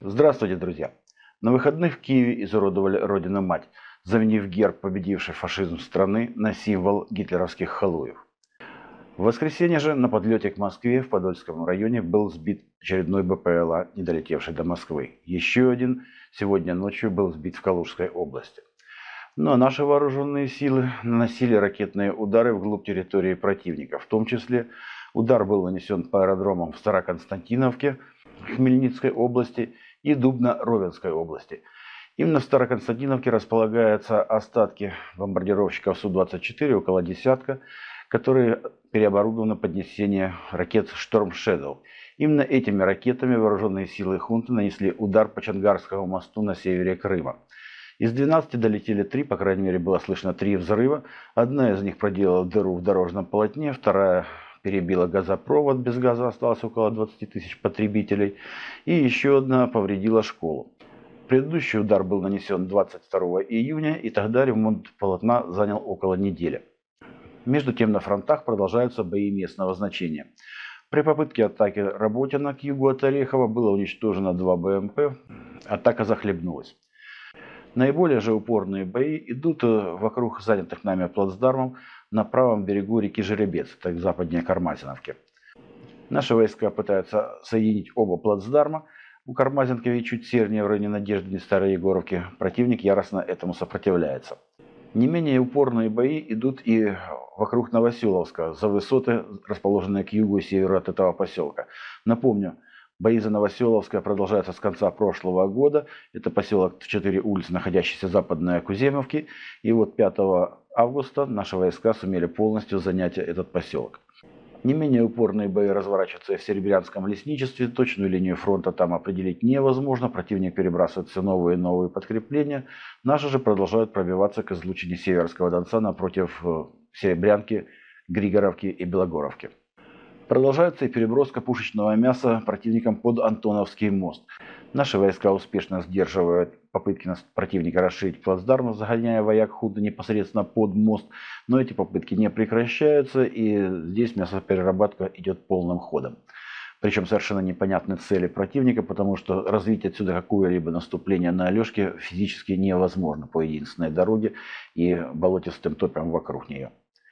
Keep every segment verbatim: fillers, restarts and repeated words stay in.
Здравствуйте, друзья! На выходных в Киеве изуродовали родину-мать, заменив герб победившей фашизм страны на символ гитлеровских халуев. В воскресенье же на подлете к Москве в Подольском районе был сбит очередной БПЛА, не долетевший до Москвы. Еще один сегодня ночью был сбит в Калужской области. Ну а наши вооруженные силы наносили ракетные удары вглубь территории противника. В том числе удар был нанесен по аэродромам в Староконстантиновке, Хмельницкой области и Дубно-Ровенской области. Именно в Староконстантиновке располагаются остатки бомбардировщиков Су двадцать четыре, около десятка, которые переоборудованы под несение ракет «Шторм Шэдоу». Именно этими ракетами вооруженные силы хунты нанесли удар по Чонгарскому мосту на севере Крыма. Из двенадцати долетели три, по крайней мере было слышно три взрыва. Одна из них проделала дыру в дорожном полотне, вторая перебила газопровод, без газа осталось около двадцати тысяч потребителей, и еще одна повредила школу. Предыдущий удар был нанесен двадцать второго июня, и тогда ремонт полотна занял около недели. Между тем на фронтах продолжаются бои местного значения. При попытке атаки Работина к югу от Орехова было уничтожено два БМП, атака захлебнулась. Наиболее же упорные бои идут вокруг занятых нами плацдармов на правом берегу реки Жеребец, так западнее Кармазиновки. Наши войска пытаются соединить оба плацдарма. У Кармазинки и чуть севернее в районе Надежды и Старой Егоровки противник яростно этому сопротивляется. Не менее упорные бои идут и вокруг Новоселовска, за высоты, расположенные к югу и северу от этого поселка. Напомню, бои за Новоселовское продолжаются с конца прошлого года. Это поселок в четыре улицы, находящийся западной Куземовки. И вот пятого августа наши войска сумели полностью занять этот поселок. Не менее упорные бои разворачиваются и в Серебрянском лесничестве. Точную линию фронта там определить невозможно. Противник перебрасывает все новые и новые подкрепления. Наши же продолжают пробиваться к излучине Северского Донца напротив Серебрянки, Григоровки и Белогоровки. Продолжается и переброска пушечного мяса противником под Антоновский мост. Наши войска успешно сдерживают попытки противника расширить плацдарм, загоняя вояк хунты непосредственно под мост. Но эти попытки не прекращаются, и здесь мясопереработка идет полным ходом. Причем совершенно непонятны цели противника, потому что развить отсюда какое-либо наступление на Алешке физически невозможно по единственной дороге и болотистым топям вокруг нее.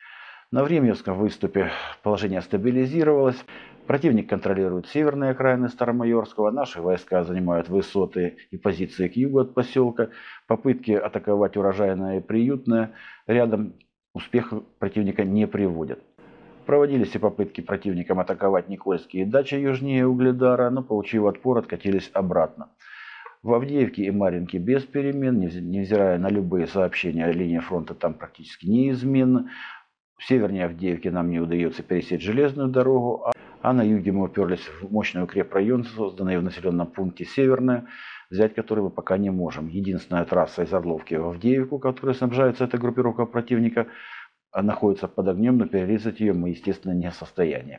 На Времьевском выступе положение стабилизировалось. Противник контролирует северные окраины Старомайорского. Наши войска занимают высоты и позиции к югу от поселка. Попытки атаковать урожайное и приютное рядом успеха противника не приводят. Проводились и попытки противникам атаковать Никольские дачи южнее Угледара, но, получив отпор, откатились обратно. В Авдеевке и Марьинке без перемен, невзирая на любые сообщения, линия фронта там практически неизменна. В севернее Авдеевки нам не удается пересечь железную дорогу, а на юге мы уперлись в мощный укрепрайон, созданный в населенном пункте Северное, взять который мы пока не можем. Единственная трасса из Орловки в Авдеевку, которая снабжается этой группировкой противника, находится под огнем, но перерезать ее мы, естественно, не в состоянии.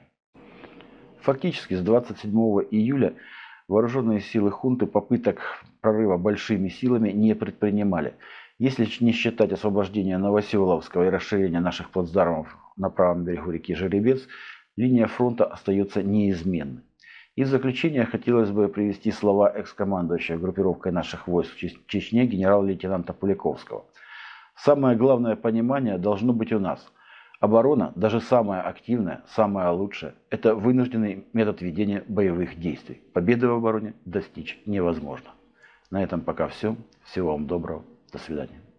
Фактически с двадцать седьмого июля вооруженные силы хунты попыток прорыва большими силами не предпринимали. Если не считать освобождения Новоселовского и расширения наших плацдармов на правом берегу реки Жеребец, линия фронта остается неизменной. И в заключение хотелось бы привести слова экс-командующего группировкой наших войск в Чечне генерал-лейтенанта Пуляковского. Самое главное понимание должно быть у нас. Оборона, даже самая активная, самая лучшая, это вынужденный метод ведения боевых действий. Победы в обороне достичь невозможно. На этом пока все. Всего вам доброго. До свидания.